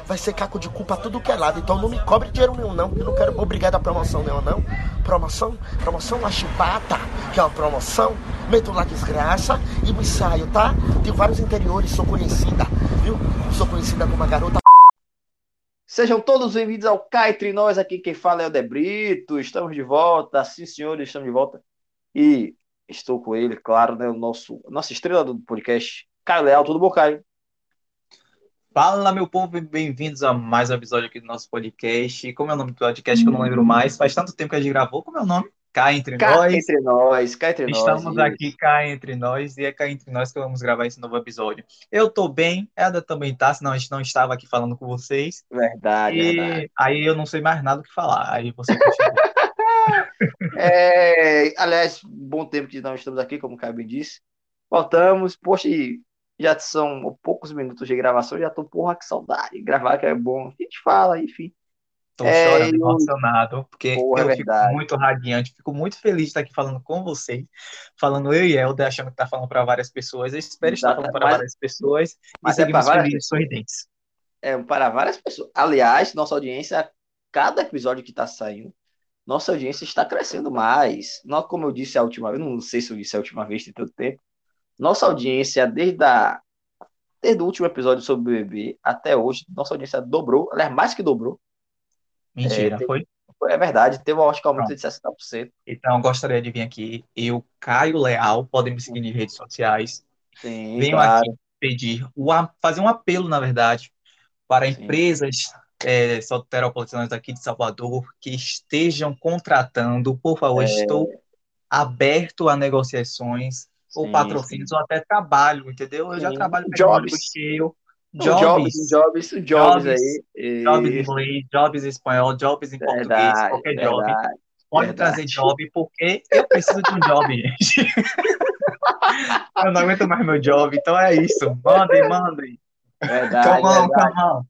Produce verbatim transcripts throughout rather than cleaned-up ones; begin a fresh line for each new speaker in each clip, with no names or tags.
vai ser caco de culpa tudo que é lado. Então não me cobre dinheiro nenhum não, porque eu não quero obrigado a promoção nenhuma não. Promoção, promoção na chibata, que é uma promoção, meto lá desgraça e me saio, tá? Tenho vários interiores, sou conhecida, viu? Sou conhecida como uma garota.
Sejam todos bem-vindos ao Cá Entre Nós, aqui quem fala é o Debrito, estamos de volta, sim senhores, estamos de volta, e estou com ele, claro, né, o nosso, nossa estrela do podcast, Caio Leal, tudo bom, Caio?
Fala, meu povo, e bem-vindos a mais um episódio aqui do nosso podcast. Como é o nome do podcast que eu não lembro mais? Faz tanto tempo que a gente gravou. Como é o nome? Cá Entre
Cá
Nós.
Entre Nós, Cá Entre Nós,
Estamos aqui
isso,
cá entre nós e é cá entre nós que vamos gravar esse novo episódio. Eu tô bem, Eda também tá, senão a gente não estava aqui falando com vocês.
verdade, verdade.
E aí eu não sei mais nada o que falar. Aí você continua.
É, aliás, bom tempo que nós estamos aqui, como o Caio bem disse, voltamos, poxa, e já são poucos minutos de gravação, já tô, porra, que saudade, gravar que é bom, a gente fala, enfim,
Tô
é,
chorando,
eu,
emocionado, porque
porra, é
eu fico
verdade.
muito radiante, fico muito feliz de estar aqui falando com vocês, falando eu e Helder, achando que está falando para várias pessoas. Eu espero estar falando
Exata,
para
mas,
várias pessoas e
mas é para
seguimos
várias
felizes e
pessoas.
sorridentes.
É para várias pessoas. Aliás, nossa audiência, cada episódio que está saindo, nossa audiência está crescendo mais. Não, como eu disse a última vez, não sei se eu disse a última vez, tem tanto tempo. Nossa audiência, desde, a, desde o último episódio sobre o B B B até hoje, nossa audiência dobrou, aliás, mais que dobrou. É,
Mentira,
tem-
foi?
é verdade, teve um acho que aumento
Pronto.
de sessenta por cento.
Então, eu gostaria de vir aqui, eu, Caio Leal, podem me seguir nas redes sociais.
Sim,
Venho aqui
claro.
pedir, o a- fazer um apelo, na verdade, para
Sim,
empresas é, soteropolitanas daqui de Salvador que estejam contratando. Por favor, estou
é,
aberto a negociações ou
sim,
patrocínios
sim,
ou até trabalho, entendeu? Eu já
sim.
trabalho pegando ônibus
Jobs,
cheio,
um jobs, um
jobs,
jobs, um jobs
jobs,
aí.
jobs em
E-
inglês, jobs em espanhol, jobs em português,
Verdade,
qualquer job.
verdade,
Pode trazer
verdade.
job, porque eu preciso de um job, gente. Eu não aguento mais meu job, então é isso. Mandem, mandem.
Verdade,
Come on,
verdade.
come on.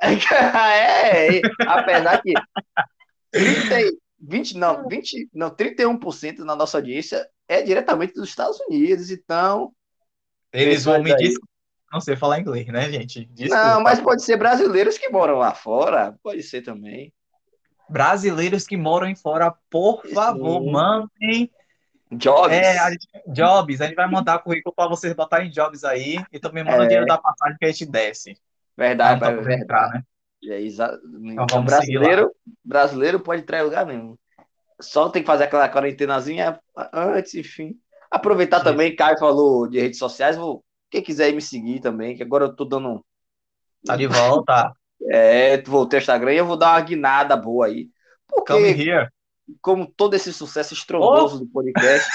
É, é, apesar que trinta, e- vinte, não, vinte, não, trinta e um por cento na nossa audiência é diretamente dos Estados Unidos, então,
Eles vão
pessoas
me dizer,
aí.
não sei falar inglês, né, gente?
Não,
Desculpa.
mas pode ser brasileiros que moram lá fora, pode ser também.
Brasileiros que moram em fora, por
E
favor,
sim,
mandem é, a
jobs.
gente- jobs. A gente vai mandar currículo para vocês botarem jobs aí e também manda o dinheiro
É,
da passagem que a gente desce. Para
verdade,
não tá
é
podendo entrar,
verdade.
né?
É, exa-
Então
então,
vamos seguir lá.
brasileiro, brasileiro pode entrar em lugar nenhum. Só tem que fazer aquela quarentenazinha antes, enfim. Aproveitar
Isso.
também, Caio falou de redes sociais, vou, quem quiser ir me seguir também, que agora eu tô dando.
Tá de volta.
É, voltei ao Instagram e eu vou dar uma guinada boa aí.
Come
Porque,
here.
como todo esse sucesso
Oh,
estrondoso do podcast,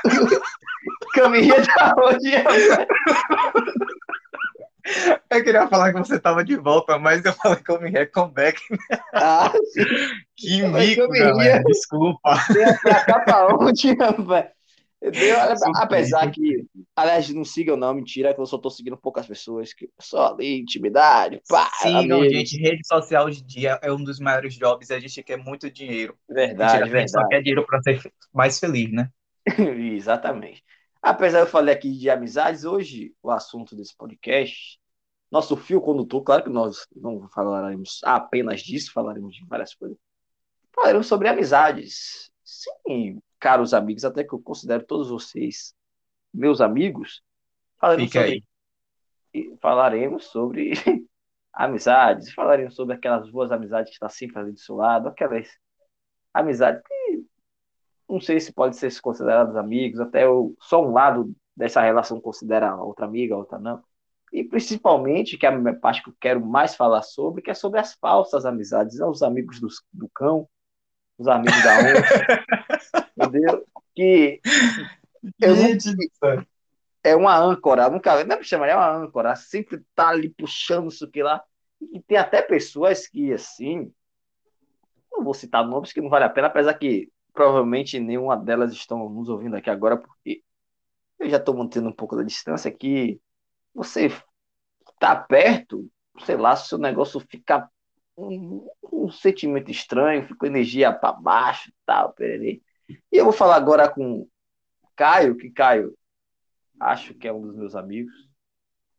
caminha da onde, rapaz?
eu queria falar que você tava de volta, mas eu falei come here, come back.
Ah, sim.
Que
Mas
mico,
caminha,
galera. Desculpa.
deu pra cá pra onde, rapaz? Deu, apesar
Suspeito.
que, aliás, não sigam não, mentira, que eu só tô seguindo poucas pessoas, que só ali, intimidade, pá,
Sigam, gente.
amigos.
Rede social hoje em dia é um dos maiores jobs. A gente quer muito dinheiro. Mentira,
Verdade,
a gente só quer
verdade.
dinheiro para ser mais feliz, né?
Exatamente. Apesar de eu falar aqui de amizades, hoje o assunto desse podcast, nosso fio condutor, claro que nós não falaremos apenas disso, falaremos de várias coisas. Falaremos sobre amizades. Sim, caros amigos, até que eu considero todos vocês meus amigos, falaremos
Fica
sobre
aí.
falaremos sobre amizades, falaremos sobre aquelas boas amizades que estão sempre ali do seu lado, aquelas amizades que não sei se pode ser considerados amigos, até eu, só um lado dessa relação considera a outra amiga, a outra não. E principalmente, que é a parte que eu quero mais falar sobre, que é sobre as falsas amizades, né? Os amigos do, do cão, os amigos da onça, entendeu? Que eu nunca.
Gente do céu.
É uma âncora, nunca. Não é me chamaria uma âncora, sempre tá ali puxando isso aqui lá. E tem até pessoas que, assim, não vou citar nomes que não vale a pena, apesar que provavelmente nenhuma delas estão nos ouvindo aqui agora, porque eu já estou mantendo um pouco da distância aqui. Você tá perto, sei lá, se o seu negócio fica um, um sentimento estranho, fica energia para baixo, tal, perere. E eu vou falar agora com Caio, que Caio acho que é um dos meus amigos,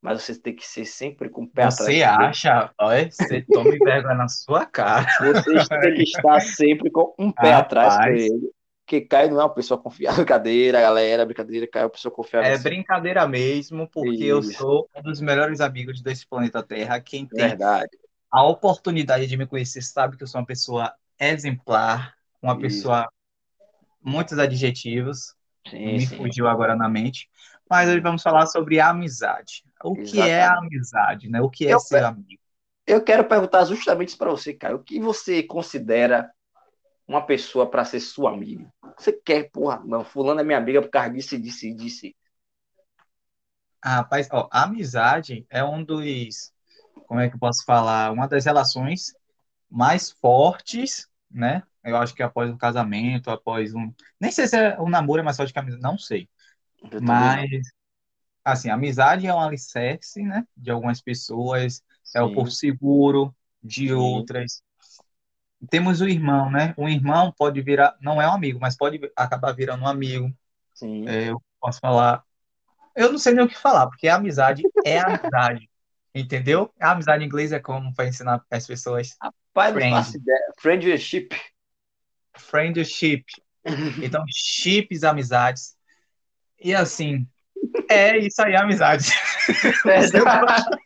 mas você tem que ser sempre com o pé atrás
Você
com ele.
acha? Olha, você tome vergonha na sua cara.
Você tem que estar sempre com um pé atrás com
Rapaz,
ele. Porque Caio não é uma pessoa confiável. Brincadeira, galera. Brincadeira, Caio é uma pessoa confiável
é
assim.
brincadeira mesmo, porque eu
Isso,
sou um dos melhores amigos desse planeta Terra. Quem tem
verdade.
a oportunidade de me conhecer sabe que eu sou uma pessoa exemplar, uma
Isso.
pessoa, muitos adjetivos,
Sim,
me
sim.
fugiu agora na mente. Mas hoje
Hum,
vamos falar sobre a amizade. O que é a
exatamente.
amizade, né? O que é
Eu,
ser amigo?
eu quero perguntar justamente isso para você, Caio. O que você considera uma pessoa para ser sua amiga? Você quer, porra, não, fulano é minha amiga por causa disso, disse, disse.
Ah, rapaz, ó, a amizade é um dos, como é que eu posso falar? Uma das relações mais fortes, né? Eu acho que após um casamento, após um. Nem sei se é, o namoro é mais forte que a amizade, não sei.
Eu também não.
Mas, assim, a amizade é um alicerce, né? De algumas pessoas, é o porto
Sim,
seguro de
sim,
outras. Temos o irmão, né? Um irmão pode virar, não é um amigo, mas pode acabar virando um amigo.
sim.
É, eu posso falar. Eu não sei nem o que falar, porque a amizade é amizade. Entendeu? A amizade em inglês é como para ensinar as pessoas
Pai, não
friend,
faço ideia. Friendship.
friendship. Então, chips, amizades. E assim, é isso aí, amizade. Não sei o que falar.
Verdade.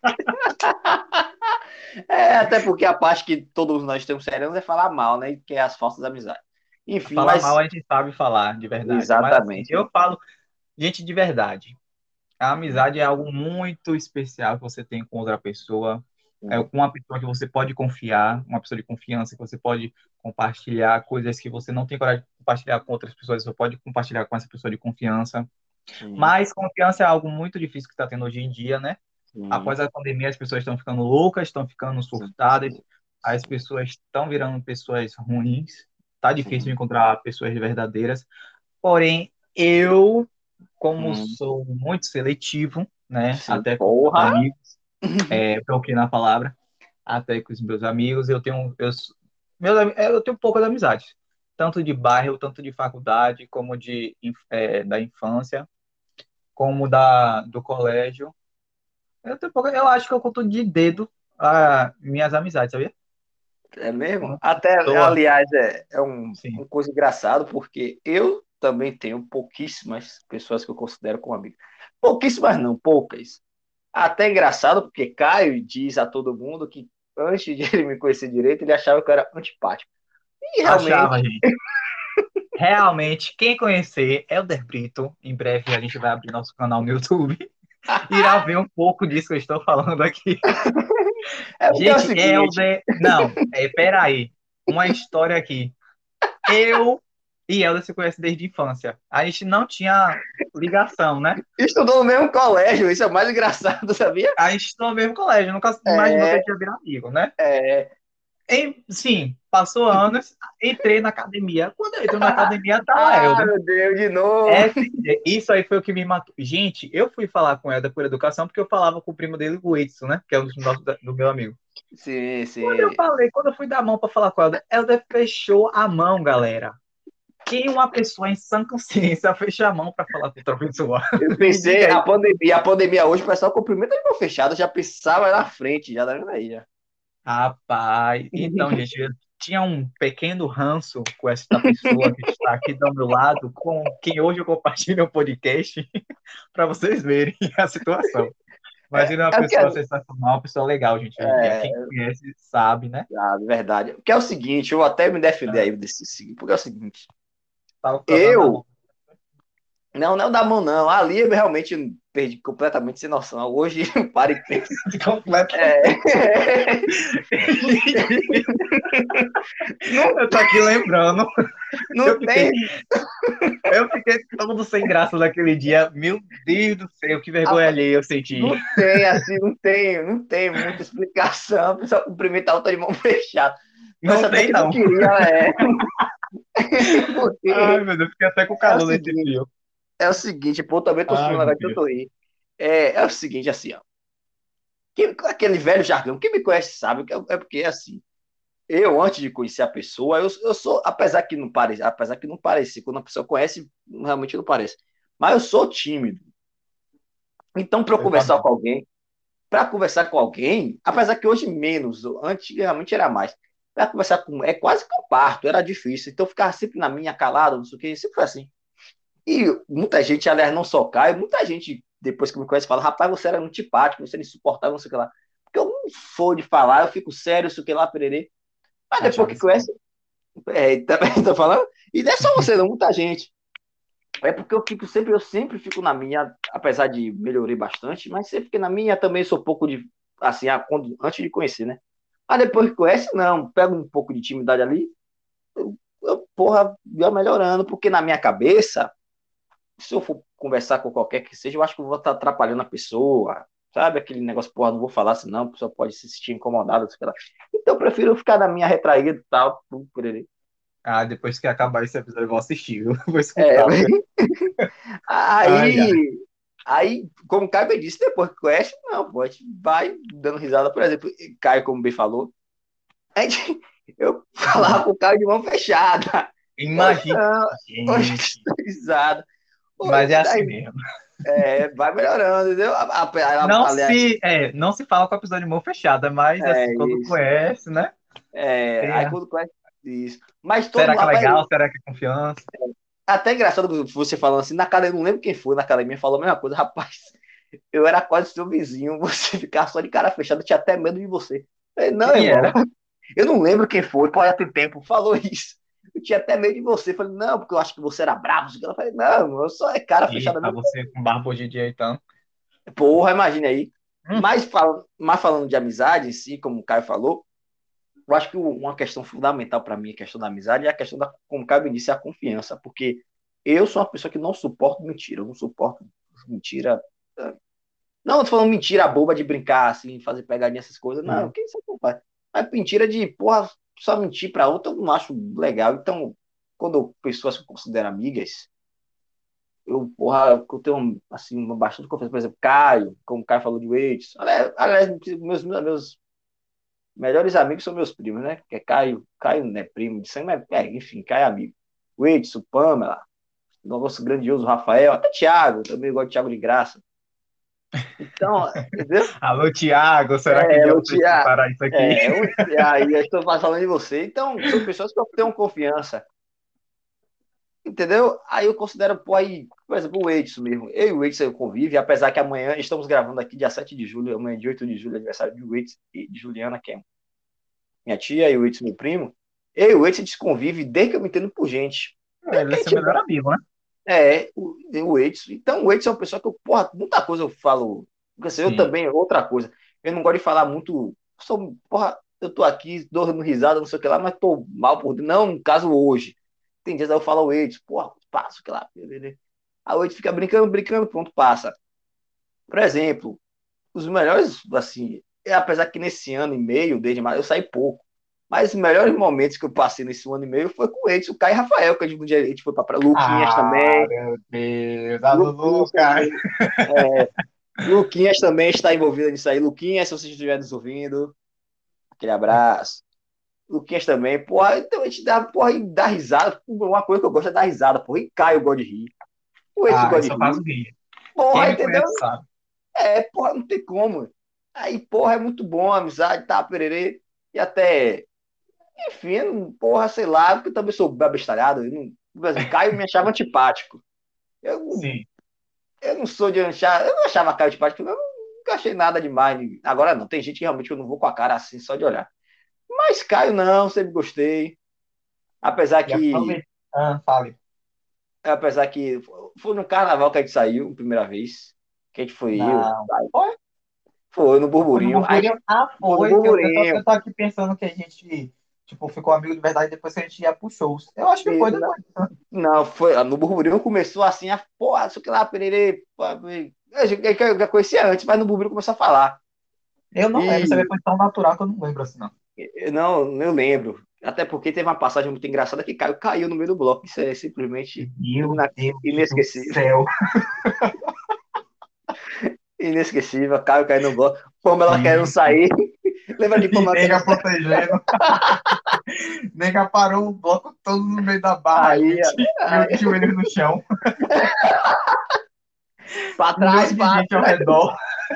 É, até porque a parte que todos nós temos seremos é falar mal, né? Que é as falsas amizades. Enfim,
Falar mal
mas
a gente sabe falar, de verdade. Mas assim,
exatamente.
eu falo, gente, de verdade. A
Hum,
amizade é algo muito especial que você tem com outra pessoa. É
hum,
com uma pessoa que você pode confiar, uma pessoa de confiança, que você pode compartilhar coisas que você não tem coragem de compartilhar com outras pessoas, você pode compartilhar com essa pessoa de confiança.
sim,
Mas confiança é algo muito difícil que está tendo hoje em dia, né?
sim,
Após a pandemia, as pessoas estão ficando loucas, estão ficando
sim,
surtadas,
sim,
as
sim,
pessoas estão virando pessoas ruins. Tá difícil
sim,
encontrar pessoas verdadeiras. Porém, eu, como
hum,
sou muito seletivo, né?
sim.
Até com meus
Porra!
amigos, é, troquei na palavra, até com os meus amigos, eu tenho, eu, meus, ami- é, eu tenho poucas amizades, tanto de bairro, tanto de faculdade, como de, inf- é, da infância, como da, do colégio. Eu, tenho pouca, eu acho que eu conto de dedo as minhas amizades, sabia?
É mesmo?
Uma
Até,
pessoa,
aliás, é, é um,
sim.
uma coisa engraçada, porque eu também tenho pouquíssimas pessoas que eu considero como amigas. Pouquíssimas não, poucas. Até engraçado, porque Caio diz a todo mundo que antes de ele me conhecer direito, ele achava que eu era antipático. E realmente,
Achava, gente. Realmente, quem conhecer Elder Brito, em breve a gente vai abrir nosso canal no YouTube, irá ver um pouco disso que eu estou falando aqui.
é porque é o
Gente,
seguinte,
Elder. Não, é, peraí. Uma história aqui. Eu e Elder se conhecem desde a infância. A gente não tinha ligação, né?
estudou no mesmo colégio, isso é o mais engraçado, sabia?
A gente estudou no mesmo colégio, nunca imaginou que a
É,
gente ia virar amigo, né?
é.
Em- sim, passou anos, entrei na academia. Quando eu entro na academia, tá lá
Ah,
Elder.
meu Deus, de novo.
É, isso aí foi o que me matou. Gente, eu fui falar com Elder por educação porque eu falava com o primo dele, o Edson, né? Que é um dos nossos, do meu amigo.
Sim,
Quando eu
sim.
falei, quando eu fui dar a mão para falar com ela, ela fechou a mão, galera. Quem uma pessoa em sã consciência fecha a mão para falar com outra pessoa?
Eu
Me
pensei,
diga
a
aí.
pandemia, a pandemia hoje, o pessoal cumprimenta de mão fechada, já pensava na frente, já tá vendo aí, já.
Rapaz, então, gente, eu tinha um pequeno ranço com esta pessoa que está aqui do meu lado, com quem hoje eu compartilho o podcast, para vocês verem a situação.
É,
Imagina uma
é o que é,
pessoa sensacional, uma pessoa legal, gente. E quem
é,
conhece sabe, né?
ah, verdade. O que é o seguinte, eu vou até me defender aí desse seguinte, porque é o seguinte,
Tava provando na
eu
mão.
não, não dá mão, não. Ali eu realmente perdi completamente sem noção. Hoje, para e penso. É.
Completamente.
Não,
Eu tô aqui lembrando. Eu
não
fiquei,
tem,
eu fiquei todo sem graça naquele dia. Meu Deus do céu, que vergonha
a-
alheia eu senti.
não tem, assim, não tem, não tem muita explicação. A pessoa cumprimentar outra de mão fechada. Parece
Não
até
tem,
que não
não.
queria, é.
Ai,
Porque
meu Deus, fiquei até com
é o
calor nesse
seguinte,
frio.
é o seguinte, pô, também tô
Ai,
suando
meu
agora de
Deus.
tanto rir. É, é o seguinte, assim, ó. Que, aquele velho jargão, quem me conhece sabe que é, é porque, assim, eu, antes de conhecer a pessoa, eu, eu sou, apesar que não parece, apesar que não parece, quando a pessoa conhece, realmente não parece. Mas eu sou tímido. Então, para eu
Eu
conversar
também.
com alguém, para conversar com alguém, apesar que hoje menos, antigamente era mais. Para conversar com. É quase que um parto, era difícil. Então eu ficava sempre na minha, calado, não sei o que, sempre foi assim. E muita gente, aliás, não só Caio, muita gente, depois que me conhece, fala: rapaz, você era antipático, você era insuportável, não sei o que lá. Porque eu não sou de falar, eu fico sério, não sei o que lá, pererê. Mas depois
Achava
que
isso.
conhece, é, também tô falando, e não é só você, não, muita gente. É porque eu fico sempre, eu sempre fico na minha, apesar de melhorei bastante, mas sempre fiquei na minha, também sou um pouco de, assim, a- quando- antes de conhecer, né? Mas depois que conhece, não, pego um pouco de intimidade ali, eu, eu, porra, ia melhorando, porque na minha cabeça, se eu for conversar com qualquer que seja, eu acho que eu vou estar atrapalhando a pessoa, sabe? Aquele negócio, porra, não vou falar senão, a pessoa pode se sentir incomodada, sei lá. Então eu prefiro ficar na minha retraída e tal, por, por ele.
Ah, depois que acabar esse episódio, eu vou assistir, viu? Vou
É,
escutar. Porque... Ai, ai.
aí, aí, como o Caio bem disse, depois que conhece, não, pô, a gente vai dando risada, por exemplo, Caio, como bem falou, a gente, eu falava com o Caio de mão fechada. Hoje
Imagina,
não, hoje
gente.
dá risada.
Mas
Hoje
é
dá,
assim mesmo.
é, vai melhorando, entendeu? A- a- a-
Não
Aliás,
se, é, não se fala com a pessoa de mão fechada, mas
é
assim, quando
isso.
conhece, né?
É,
Tem
aí
a-
quando conhece, isso. Mas todo,
Será que é
rapaz,
legal? Será que é confiança?
até engraçado você falando assim, na academia, não lembro quem foi na academia, falou a mesma coisa, rapaz. Eu era quase seu vizinho, você ficar só de cara fechada, eu tinha até medo de você. Eu falei, não,
Quem
irmão,
era?
eu não lembro quem foi, pô, já tem tempo, falou isso. Eu tinha até medo de você. Eu falei, não, porque eu acho que você era bravo. Eu falei, não, eu só é cara fechada
Eita,
mesmo.
você com barba hoje em dia, então.
Porra, imagina aí.
Hum,
Mas falando, mas falando de amizade em si, como o Caio falou, eu acho que uma questão fundamental para mim, a questão da amizade, é a questão da, como o Caio disse, é a confiança. Porque eu sou uma pessoa que não suporto mentira. Eu não suporto mentira. Não, eu tô falando mentira boba de brincar, assim, fazer pegadinha, essas coisas. Não,
sim.
quem sabe não faz. Mas mentira de, porra, só mentir pra outra, eu não acho legal. Então, quando pessoas que eu considero amigas, eu, porra, eu tenho, assim, uma bastante confiança. Por exemplo, Caio, como o Caio falou de Waits. Aliás, aliás, meus, meus melhores amigos são meus primos, né? Que é Caio, Caio não é primo de sangue, mas, é, enfim, Caio é amigo. Waits, o Pamela, o nosso grandioso Rafael, até Thiago, também gosto de Thiago de Graça. Então, entendeu?
Alô, Thiago, será que um
É,
dia você
Lutia,
escutará isso aqui?
é, um- aí eu estou falando de você. Então, são pessoas que eu tenho confiança, entendeu? Aí eu considero, pô, aí, por exemplo, o Edson mesmo. Eu e o Edson eu convive, apesar que amanhã estamos gravando aqui dia sete de julho, amanhã de oito de julho, aniversário de Edson e de Juliana, que é minha tia, e o Edson, meu primo. Eu e o Edson a gente convive desde que eu me entendo por gente.
É,
Desde
ele
que
é
a
seu
gente
melhor amigo, né?
é, o, o Edson. Então, o Edson é uma pessoa que eu, porra, muita coisa eu falo. Porque assim, eu
Sim.
também, outra coisa. Eu não gosto de falar muito. Sou, porra, eu tô aqui, dando risada, não sei o que lá, mas tô mal por dentro. Não, no caso hoje. Tem dias aí eu falo ao Edson, porra, passa o que lá. Aí o Edson fica brincando, brincando, pronto, passa. Por exemplo, os melhores, assim, é, apesar que nesse ano e meio, desde maio, eu saí pouco. Mas os melhores momentos que eu passei nesse um ano e meio foi com o Edson, o Caio e Rafael, que a gente, a gente foi pra praia. Luquinhas
Ah,
também.
meu Deus, a Lulu,
Luquinhas
cara.
também. Luquinhas também está envolvido nisso aí. Luquinhas, se você estiver nos ouvindo, aquele abraço. Luquinhas também, porra, então a gente dá, porra, e dá risada. Uma coisa que eu gosto é dar risada, porra, e Caio gosta de rir. O Edson
Ah, eu
gosta de
só faço
rir.
rir. Quem
Porra,
me
entendeu?
conhece sabe.
É, porra, não tem como. Aí, porra, é muito bom a amizade, tá, pererê. E até, enfim, eu não- porra, sei lá, porque eu também sou abestalhado. Eu não, por exemplo, Caio me achava antipático. Eu,
Sim.
eu não sou de achar, eu não achava Caio antipático, eu nunca achei nada demais. Agora não, tem gente que realmente eu não vou com a cara assim, só de olhar. Mas Caio não, sempre gostei. Apesar
E
que,
aproveita. Ah, fale.
apesar que foi no carnaval que a gente saiu, primeira vez. Que a gente foi eu,
Não. Foi?
foi no
Foi no
burburinho. Aí
Burburinho? Ah,
foi no
foi. Que eu, eu, tô,
burburinho.
eu tô aqui pensando que a gente, tipo, ficou amigo de verdade depois que a gente ia pro shows. Eu acho que
E
foi
Não,
depois, né?
não, foi no burburinho começou assim, a porra, isso que lá, pererê. pô, Eu já eu já conhecia antes, mas no burburinho começou a falar.
Eu não lembro. Você vê,
E
foi tão natural que eu não lembro assim, não.
eu não, eu lembro. Até porque teve uma passagem muito engraçada que Caio caiu no meio do bloco. Isso é simplesmente
Meu
ina-
Deus do
inesquecível.
céu.
Inesquecível. Caio caiu no bloco. Pamela querendo
Sim.
sair. Lembra de
E
Pamela querendo
nega
sair?
protegendo. Nega parou o bloco todo no meio da barra, a
Aí,
gente e
aí,
o joelho no chão.
Pra
Um milhão
trás,
de
pra
gente ao redor.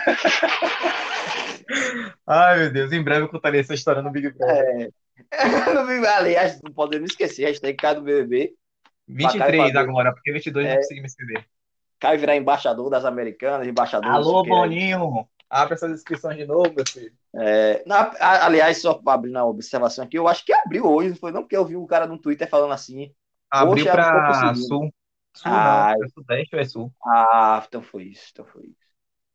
Ai, meu Deus, em breve eu contarei essa história no Big Brother.
é. Aliás, não podemos esquecer, hashtag Caio do B B B, pra
vinte e
Caio
três
fazer,
agora, porque vinte e dois não
é,
consegui me inscrever.
Caio virar embaixador das Americanas, embaixador, não sei o
Alô,
que aí.
Boninho! Abre essas inscrições de novo, meu filho.
É, na- a- aliás, só abrindo a observação aqui, eu acho que abriu hoje, não foi não? Porque eu vi um cara no Twitter falando assim,
Abriu
poxa, eu não tô
pra
conseguindo.
sul. Sul não,
Ah,
é sudeste ou é sul?
ah, então foi isso, então foi isso.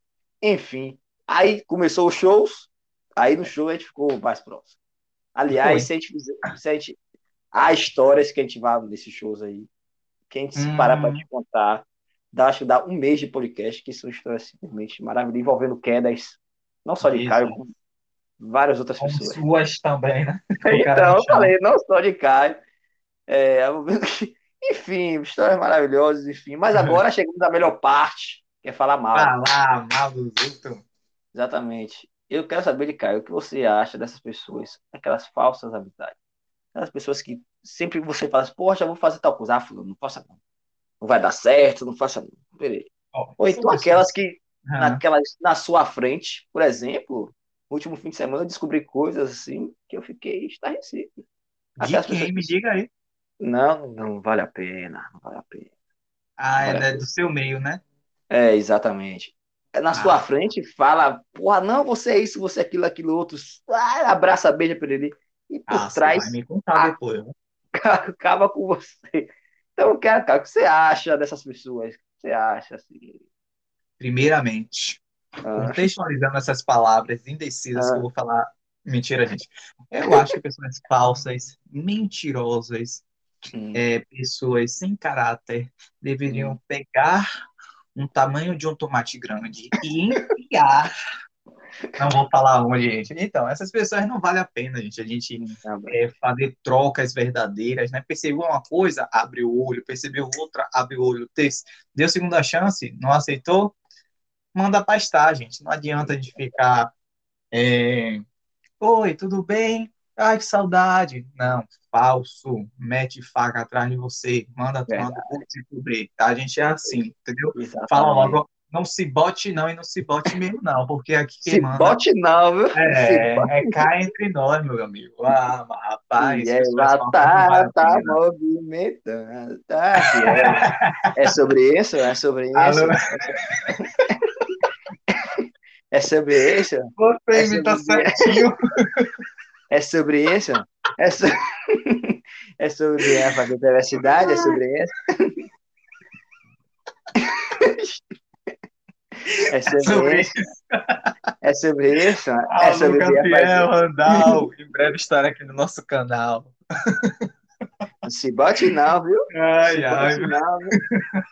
Enfim, aí começou os shows, aí no show a gente ficou mais próximo. Aliás,
Foi.
se a gente fizer, se a gente, há histórias que a gente vai nesses shows aí, que a gente se parar para
Hum,
te contar, dá, acho que dá um mês de podcast, que são histórias simplesmente maravilhosas, envolvendo quedas, não só de Caio,
Jesus.
como várias outras
Como
pessoas.
suas também, né? O cara
Então,
no
eu
chão.
falei, não só de Caio, é, enfim, histórias maravilhosas, enfim. Mas agora chegamos à melhor parte, que é falar
Vai
mal.
lá, mal dos outros.
Exatamente. Eu quero saber de Caio, o que você acha dessas pessoas, aquelas falsas amizades? Aquelas pessoas que sempre você fala assim, poxa, eu vou fazer tal coisa. Ah, fulano, não faça não. Não vai dar certo, não faça não. Beleza.
Ó,
Ou
são
então aquelas
pessoas.
que,
Ah,
naquelas, na sua frente, por exemplo, no último fim de semana eu descobri coisas assim que eu fiquei estarrecido.
de
Aquelas pessoas
quem?
que,
Me diga aí.
não, não vale a pena, não vale a pena, não
Ah, é
vale a
né,
pena.
do seu meio, né?
É, exatamente. É, na sua
Ah,
frente fala, porra, não, você é isso, você é aquilo, aquilo outro. Ah, abraça, beija por ele. E por
ah, você vai
trás
me contar depois, né?
acaba com você. Então, cara, cara, o que você acha dessas pessoas? O que você acha, assim?
Primeiramente,
Ah,
contextualizando essas palavras indecisas que eu
ah,
vou falar. Mentira, gente. Eu acho que pessoas falsas, mentirosas,
hum,
é, pessoas sem caráter
hum,
deveriam pegar um tamanho de um tomate grande e enfiar. Não vou falar onde, gente. Então, essas pessoas não vale a pena, gente. A gente
hum, tá bem.
é, fazer trocas verdadeiras, né? Percebeu uma coisa, abre o olho. Percebeu outra, abre o olho. Des- Deu segunda chance, não aceitou? Manda pastar, gente. Não adianta a gente ficar. é, Oi, tudo bem? Ai, que saudade. Não, falso. Mete faca atrás de você. Manda tomar no
Verdade.
cu se cobrir. Tá? A gente é assim, entendeu? Fala
Exatamente.
logo, não se bote não e não se bote mesmo não, porque aqui quem
Se
manda
bote não, viu? Se
é, é
bote.
cá entre nós, meu amigo. Ah, mas,
E
rapaz, pessoas
ela
falsas não
tá,
vale a
tá
pena.
movimentando, tá fiel. É sobre isso? É sobre isso?
Alô,
É sobre isso?
você
É
imita
sobre,
certinho.
é sobre isso? É, so... é sobre a fazer diversidade? É sobre isso? É
É sobre
sobre isso? É sobre isso? É
Alô,
sobre a fazer.
Gabriel Randall. Em breve estará aqui no nosso canal.
Não se bote não, viu? Não se
Ai, ai.
bote não, viu?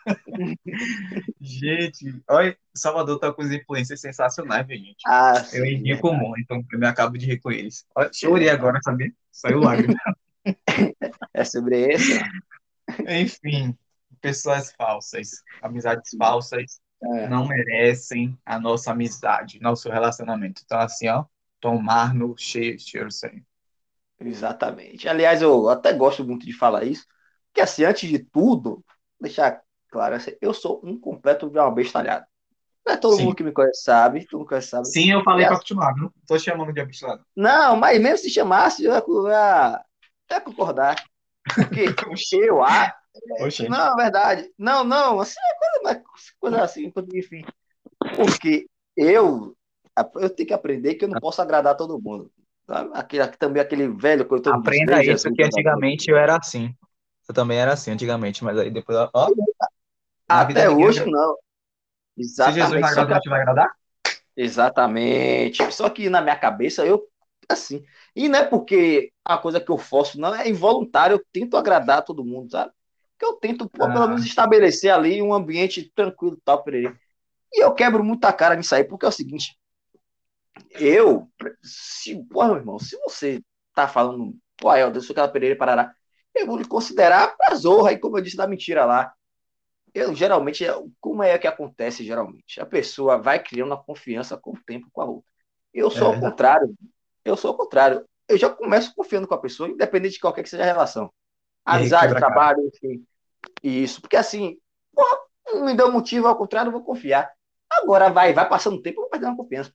Gente, olha, Salvador tá com as influências sensacionais, viu, gente?
Ah,
Eu
sim,
indico
verdade.
muito, então eu me acabo de rir com eles. Olha, chorei
verdade.
agora, sabia? Saiu lágrima.
É sobre isso?
Enfim, pessoas falsas, amizades falsas
É,
não merecem a nossa amizade, nosso relacionamento. Então, assim, ó, tomar no cheiro, cheiro sem.
exatamente. Aliás, eu até gosto muito de falar isso, porque assim, antes de tudo, deixar claro, assim, eu sou um completo de uma bestalhado. Não é todo mundo
Sim.
que me conhece sabe, todo mundo conhece sabe.
Sim, eu
E
falei para
assim,
continuar, não tô chamando de abestalhado.
não, mas mesmo se chamasse, eu ia, eu ia, eu ia concordar. Porque
Oxi,
eu, ah,
oxente.
não, é verdade. Não, não, assim, é coisa, mais- coisa assim, coisa, enfim. Porque eu, eu tenho que aprender que eu não posso agradar todo mundo. Sabe? Aquele, também aquele velho que todo mundo diz,
Aprenda
três
isso
Jesus
que
da vida.
antigamente eu era assim. Eu também era assim antigamente, mas aí depois, ó, na vida
Até
ninguém
hoje
agrada.
não.
Se Jesus não
Exatamente. Só que
agradou, a gente vai agradar?
exatamente. Só que na minha cabeça eu assim. E não é porque a coisa que eu faço não é involuntário, eu tento agradar todo mundo, sabe? Que eu tento, pô, pelo menos
Ah,
estabelecer ali um ambiente tranquilo e tal para ele. E eu quebro muita cara nisso aí, porque é o seguinte, eu, se, pô, meu irmão, se você tá falando, pô, eu sou aquela Pereira Parará, eu vou lhe considerar pra zorra, aí como eu disse da mentira lá. Eu geralmente, como é que acontece geralmente? A pessoa vai criando uma confiança com o tempo com a outra. Eu
é
sou ao
verdade.
contrário. Eu sou ao contrário. Eu já começo confiando com a pessoa, independente de qualquer que seja a relação.
E aí
Amizade,
quebra a cara.
trabalho, enfim. Isso. Porque assim, porra, Não me deu motivo, ao contrário, eu vou confiar. Agora vai, vai passando o tempo, eu vou perdendo a confiança.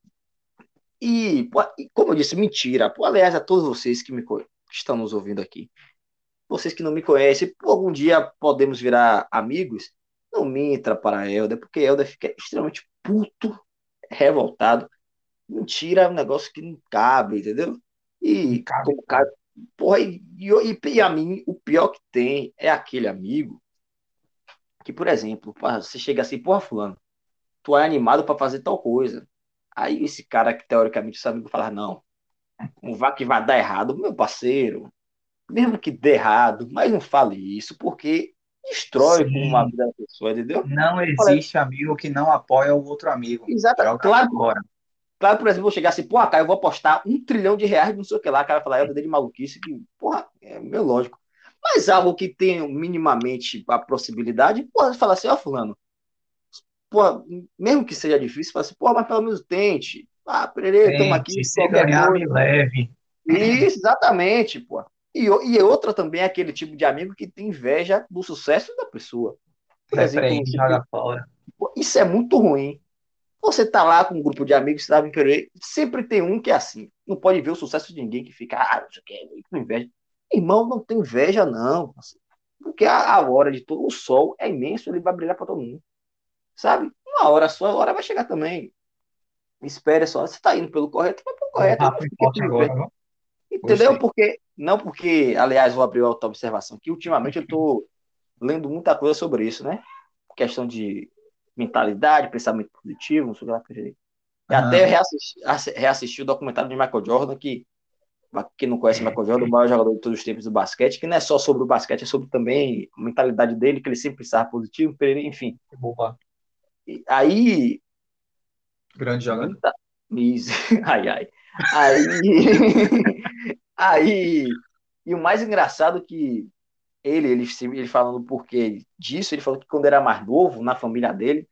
E, pô, e como eu disse, mentira. Pô, aliás, a todos vocês que, me, que estão nos ouvindo aqui, vocês que não me conhecem, por algum dia podemos virar amigos, não minta para a Helder, porque a Helder fica extremamente puto, revoltado. Mentira é um negócio que não cabe, entendeu?
Não
E
cabe,
como
não.
cara, porra, e, e, e a mim, o pior que tem é aquele amigo que, por exemplo, porra, você chega assim, porra, fulano, tu é animado para fazer tal coisa. Aí esse cara que teoricamente seu amigo fala, não, não vá que vai dar errado, meu parceiro, mesmo que dê errado, mas não fale isso, porque destrói com uma
Sim,
vida da pessoa, entendeu?
não
Olha,
existe amigo que não apoia o outro amigo.
exata,
Joga
claro,
fora.
claro, por exemplo, vou chegar assim, porra, cara, eu vou apostar um trilhão de reais, não sei o que lá, o cara vai falar, é o dedo de maluquice, que, porra, é meio lógico. Mas algo que tenha minimamente a possibilidade, porra, fala assim, ó, fulano, porra, mesmo que seja difícil, fala assim, porra, mas pelo menos tente. Ah, Pererê, estamos aqui,
Tente, se
qualquer
ganhar, me
coisa.
leve.
Isso, exatamente, pô. E, o- e outra também é aquele tipo de amigo que tem inveja do sucesso da pessoa. Por exemplo,
Repreende,
você
joga
tem-
fora.
pô, isso é muito ruim. Você tá lá com um grupo de amigos, você tá em querer, sempre tem um que é assim. Não pode ver o sucesso de ninguém que fica, ah, não sei o que, com inveja. Irmão, não tem inveja, não. Porque a, a hora de todo o sol é imenso, ele vai brilhar para todo mundo. Sabe? Uma hora só, a hora vai chegar também. Espere só. Você tá indo pelo correto, vai pelo
Um
correto. Não
papo
fique
forte
com
agora,
inveja.
viu?
Entendeu?
Gostei.
Porque, não porque, aliás, vou abrir outra observação aqui. Ultimamente eu tô lendo muita coisa sobre isso, né? Questão de mentalidade, pensamento positivo, não sei o que lá. que eu dizer. E até
Aham.
reassisti, assi- reassisti o documentário de Michael Jordan, que, pra quem não conhece Michael Jordan, o maior jogador de todos os tempos do basquete, que não é só sobre o basquete, é sobre também a mentalidade dele, que ele sempre pensava positivo, enfim.
Boa.
E aí,
Grande jogador.
muita. Isso. Ai, ai. Aí. Aí. E o mais engraçado é que ele, ele, ele falando o porquê disso, ele falou que quando era mais novo, na família dele,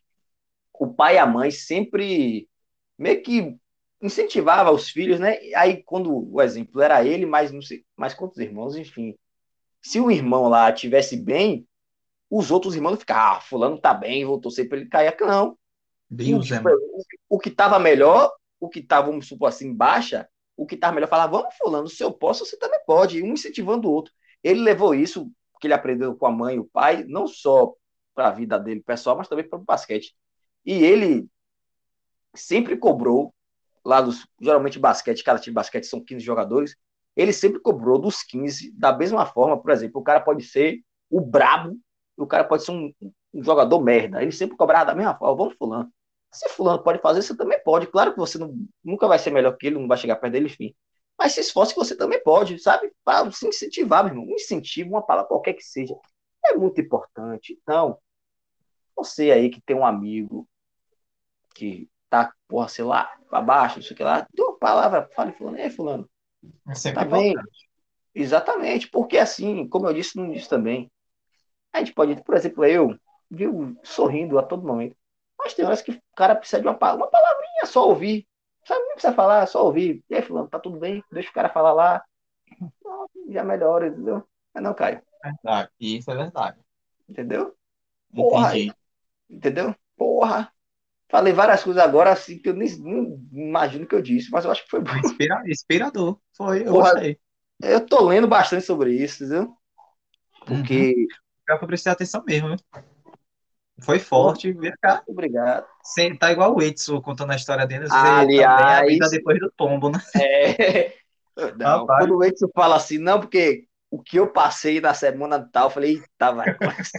o pai e a mãe sempre meio que incentivava os filhos, né? Aí quando o exemplo era ele, mas não sei, mais quantos irmãos, enfim. Se o irmão lá tivesse bem, os outros irmãos ficavam, ah, fulano tá bem, vou torcer para ele cair. Não. O,
Deus é
tipo,
mais.
o que estava melhor, o que estava, vamos supor assim, baixa, o que estava melhor falava, vamos fulano, se eu posso, você também pode, um incentivando o outro. Ele levou isso, que ele aprendeu com a mãe e o pai, não só para a vida dele pessoal, mas também para o basquete. E ele sempre cobrou, lá dos, geralmente basquete, cada time de basquete são quinze jogadores, ele sempre cobrou dos quinze da mesma forma, por exemplo, o cara pode ser o brabo, o cara pode ser um, um jogador merda, ele sempre cobrava da mesma forma, vamos fulano. Se fulano pode fazer, você também pode. Claro que você não, nunca vai ser melhor que ele, não vai chegar perto dele, enfim. Mas se esforce que você também pode, sabe? Para se incentivar, meu irmão. Um incentivo, uma palavra qualquer que seja, é muito importante. Então, você aí que tem um amigo que tá, porra, sei lá, pra baixo, não sei o que lá, dê uma palavra, fale, fulano, é, fulano,
É
tá
sempre
bem?
importante.
Exatamente, porque assim, como eu disse no início também, a gente pode, por exemplo, eu vivo sorrindo a todo momento, mas tem horas que o cara precisa de uma, uma palavrinha, só ouvir, sabe? Nem precisa falar, só ouvir. E aí, fulano, tá tudo bem? Deixa o cara falar lá, já melhora, entendeu? Mas não, Caio,
Verdade. Isso é verdade.
entendeu? Porra,
Entendi.
entendeu? Porra. Falei várias coisas agora assim que eu nem, nem imagino que eu disse, mas eu acho que foi bom.
Inspira... Inspirador. Foi, eu
Porra,
gostei.
eu tô lendo bastante sobre isso, entendeu?
Uhum.
Porque,
Pior que eu prestei atenção mesmo, viu? Foi
porra,
forte. Vem cá.
obrigado.
Sem- Tá igual o Edson contando a história dele, você também é a vida
Aliás,
depois do tombo, né?
é... não,
Rapaz,
quando o Edson fala assim, não, porque o que eu passei na semana tal, eu falei, eita, vai.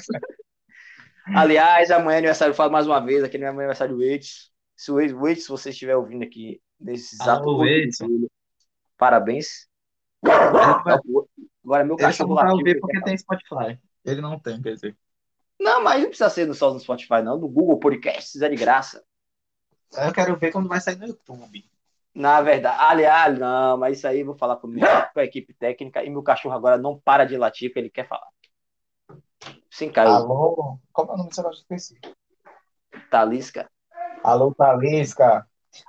Aliás, amanhã é aniversário, eu falo mais uma vez, aquele é aniversário do Edson. Se o Edson, o Edson, se você estiver ouvindo aqui nesse exato
alô,
oito de
Edson.
julho, parabéns.
Ele, vai-
Agora meu
ele só
cachorro
não vai
latiu, que
ouvir
ele quer
porque
falar.
tem Spotify. Ele não tem, quer dizer.
Não, mas não precisa ser só no Spotify, não. No Google Podcasts é de graça.
Eu quero ver quando vai sair no YouTube.
Na verdade, aliás, não, mas isso aí eu vou falar com, minha, com a equipe técnica e meu cachorro agora não para de latir porque ele quer falar. Sim, caiu.
Alô? Como é o nome desse negócio? Esqueci.
Talisca.
Alô, Talisca.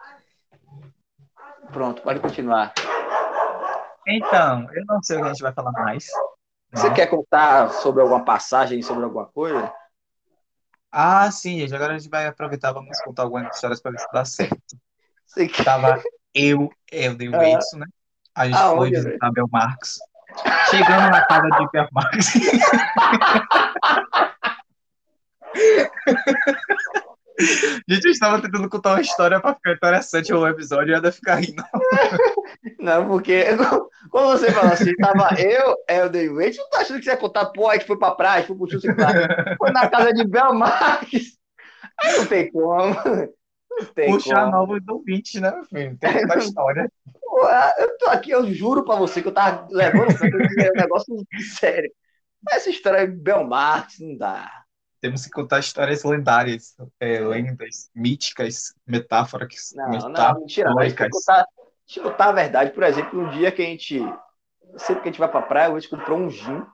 Pronto, pode continuar.
Então, eu não sei o que a gente vai falar mais,
Você
né?
quer contar sobre alguma passagem, sobre alguma coisa?
Ah, sim, gente. Agora a gente vai aproveitar, vamos contar algumas histórias para ver se dá certo.
Sei que-
Tava eu, Helder e o
Ah,
Edson, né? A gente foi
aonde, velho?
visitar Bel Marx. Chegando na casa de Bel Marx. Gente, eu estava tentando contar uma história para ficar interessante o episódio e ainda ficar rindo.
Não, porque quando você fala assim, tava eu, Helder e o Wade, não tá achando que você ia contar, pô, a gente foi pra praia, a gente foi pro chute lá. Foi na casa de Bel Marques. Aí não tem como. Não tem
Puxar
como.
novos ouvintes, né, meu filho? Tem que contar história.
Pô, eu tô aqui, eu juro pra você que eu tava levando pra é um negócio sério. Mas essa história de Bel Marques não dá.
Temos que contar histórias lendárias, é, lendas, míticas, metáforas,
Não, não, mentira, não. A gente tem que
metafóricas.
contar, a gente contar a verdade. Por exemplo, um dia que a gente. Sempre que a gente vai pra praia, a gente comprou um gin.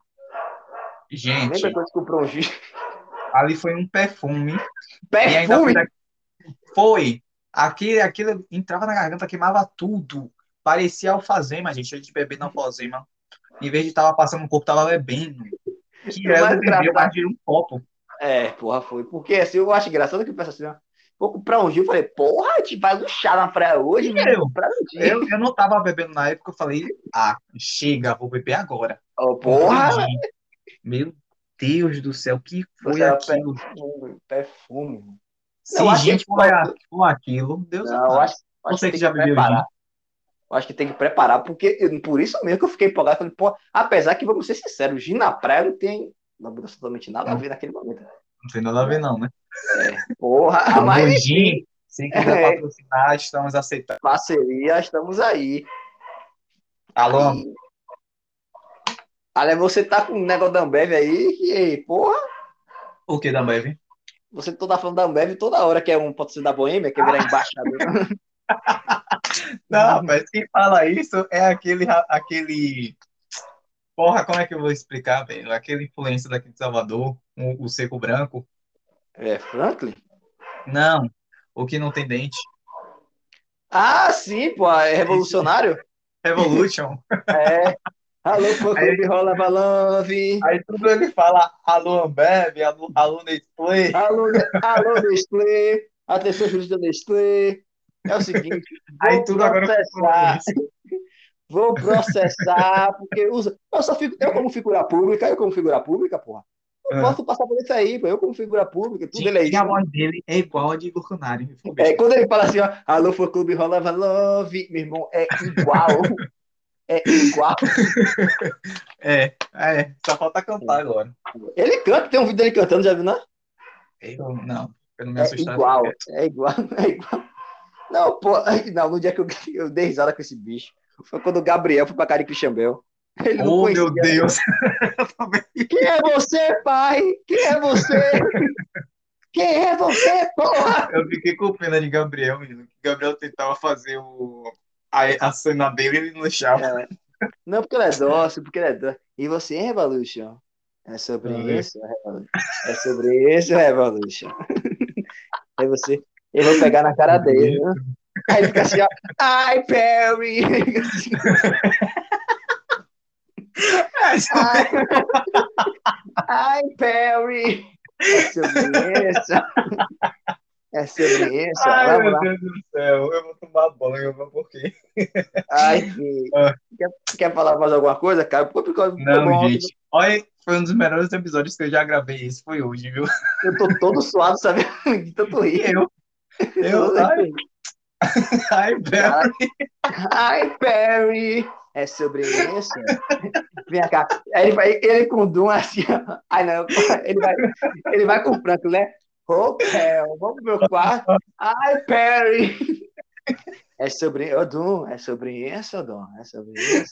Lembra
Gente,
quando a gente comprou um gin?
ali foi um perfume e ainda foi
Perfume!
da... Foi! Aquilo, aquilo entrava na garganta, queimava tudo. Parecia alfazema, gente. A gente bebendo alfazema. Em vez de tava passando no corpo, tava bebendo. Que
O
ela
mais
não bebeu mais
engraçado.
de um copo.
É, porra, foi. Porque assim, eu acho engraçado que eu penso assim, ó. Vou comprar um gin. Eu falei, porra, a gente vai luxar na praia hoje,
E
vamos
eu?
comprar um
Eu,
gin.
eu não tava bebendo na época, eu falei, ah, chega, vou beber agora.
Oh,
Comprei
porra!
gin. Meu Deus do céu, o que
Você
foi
era
aquilo?
perfume, perfume. Não, eu
Se
acho que
gin
a gente
for, a-
pode.
for aquilo, Deus é
Não, eu
mais.
acho, eu acho que
Você que
tem que
já bebeu
preparar.
gin.
Eu acho que tem que preparar, porque eu- por isso mesmo que eu fiquei empolgado. Falei, pô, apesar que, vamos ser sinceros, gin na praia não tem não, absolutamente nada a
Não,
ver naquele momento.
não tem nada a ver, não, né?
É, porra,
Alô,
mas
gin,
enfim,
se quiser
é,
patrocinar, estamos aceitando.
parceria, estamos aí.
Alô,
Aí, olha, você tá com um negócio da Ambev aí, que, porra,
o que da Bev?
você toda falando da Ambev toda hora, que é um pode ser da Boêmia, quer virar embaixador.
Não, rapaz, quem fala isso é aquele, ra- aquele. Porra, como é que eu vou explicar, velho? Aquele influencer daqui de Salvador, o, o Seco Branco.
É, Franklin?
Não, o que não tem dente.
Ah, sim, pô, é
Esse
revolucionário?
Revolution.
É. Alô, fã clube,
Aí,
rola love.
aí tudo ele fala alô Ambev, alô, alô Nestlé.
Alô, Ne- alô, Nestlé. Atenção, juiz da Nestlé. É o seguinte,
Aí
vou
tudo agora eu fico falando
processar,
isso.
vou processar, porque usa. Eu só fico, eu como figura pública, eu como figura pública, porra. Não
Ah,
posso passar por isso aí, pô. Eu como figura pública, tudo
gente,
ele é
e a
isso.
voz dele é igual a de Bolsonaro, me ficou
É,
besta.
quando ele fala assim, ó, alô, fã clube, rola love, meu irmão, é igual, é igual.
É, é, só falta cantar agora.
Ele canta, tem um vídeo dele cantando, já viu, não?
Eu, não, eu não me
É
assustar, fica
igual,
quieto.
é igual, é igual. Não, pô, não, no dia que eu, eu dei risada com esse bicho, foi quando o Gabriel foi pra casa de Christian Bell. Ele não
Oh, meu
conhecia.
Deus. Eu também.
Quem é você, pai? Quem é você? Quem é você, porra?
Eu fiquei com pena de Gabriel, menino. Que Gabriel tentava fazer o, a, a cena dele e ele não deixava.
É, não, porque ele é dócil, porque ele é dócil. E você, hein, Revolution? É sobre
Ai,
isso, Revolution? É sobre isso, Revolution? Aí você, eu vou pegar na cara dele, né? Aí ele fica assim, ó, ai, Perry! Ai, ai, Perry! É sobre isso, é sobre isso.
Ai,
Vamos
meu
lá.
Deus do céu. Eu vou tomar banho, mas por quê?
Ai, que...
Ah,
Quer, quer falar mais alguma coisa, cara? Pô, ficou, ficou
não,
bom.
gente. Olha, foi um dos melhores episódios que eu já gravei. Esse foi hoje, viu?
Eu tô todo suado, sabe? De tanto
E
rir.
eu,
Eu tô
eu,
todo
ai,
rir.
ai,
Cara,
Barry.
ai, Perry! É sobre isso? Vem cá. Aí ele, vai, ele com o Doom assim, ó. Ai, não. Ele vai, ele vai com o Franco, né? Ô, Pel, vamos pro meu quarto. Ai, Perry! É sobre. Ô, Doom, é sobre isso, Doom? É sobre isso?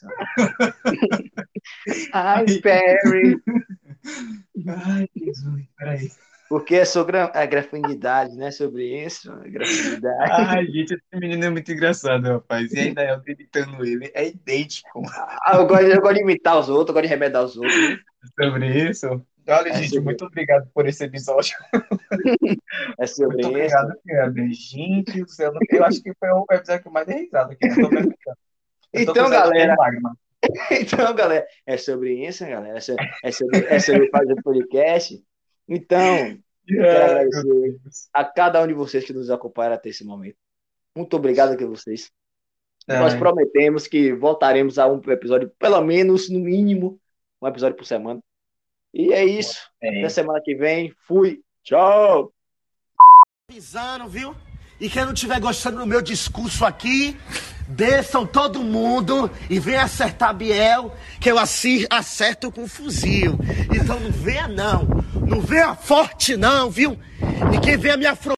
Ai,
Ai,
Perry!
ai, Jesus, peraí.
Porque é sobre a grafinidade, né? Sobre isso, a grafinidade.
Ai, gente, esse menino é muito engraçado, rapaz. E ainda eu imitando ele. É idêntico
Ah, eu gosto, eu gosto de imitar os outros, eu gosto de remedar os outros, né?
sobre isso. Olha,
É
gente,
sobre,
muito obrigado por esse episódio.
é
Muito
sobre isso.
obrigado, cara. Gente do céu, eu acho que foi o episódio que eu mais dei risada aqui, não tô até brincando. Eu tô com
Então,
os olhos cheios
galera,
de lágrimas.
então, galera, é sobre isso, galera. É so- é sobre, é sobre fazer podcast. Então, Quero agradecer a cada um de vocês que nos acompanharam até esse momento. Muito obrigado a vocês.
É.
Nós prometemos que voltaremos a um episódio, pelo menos, no mínimo, um episódio por semana. E é isso.
É.
Até semana que vem. Fui. Tchau.
Pisando, viu? E quem não estiver gostando do meu discurso aqui, desçam todo mundo e venha acertar Biel, que eu assim acerto com fuzil. Então não venha não. Não venha forte não, viu? E quem venha me afrontar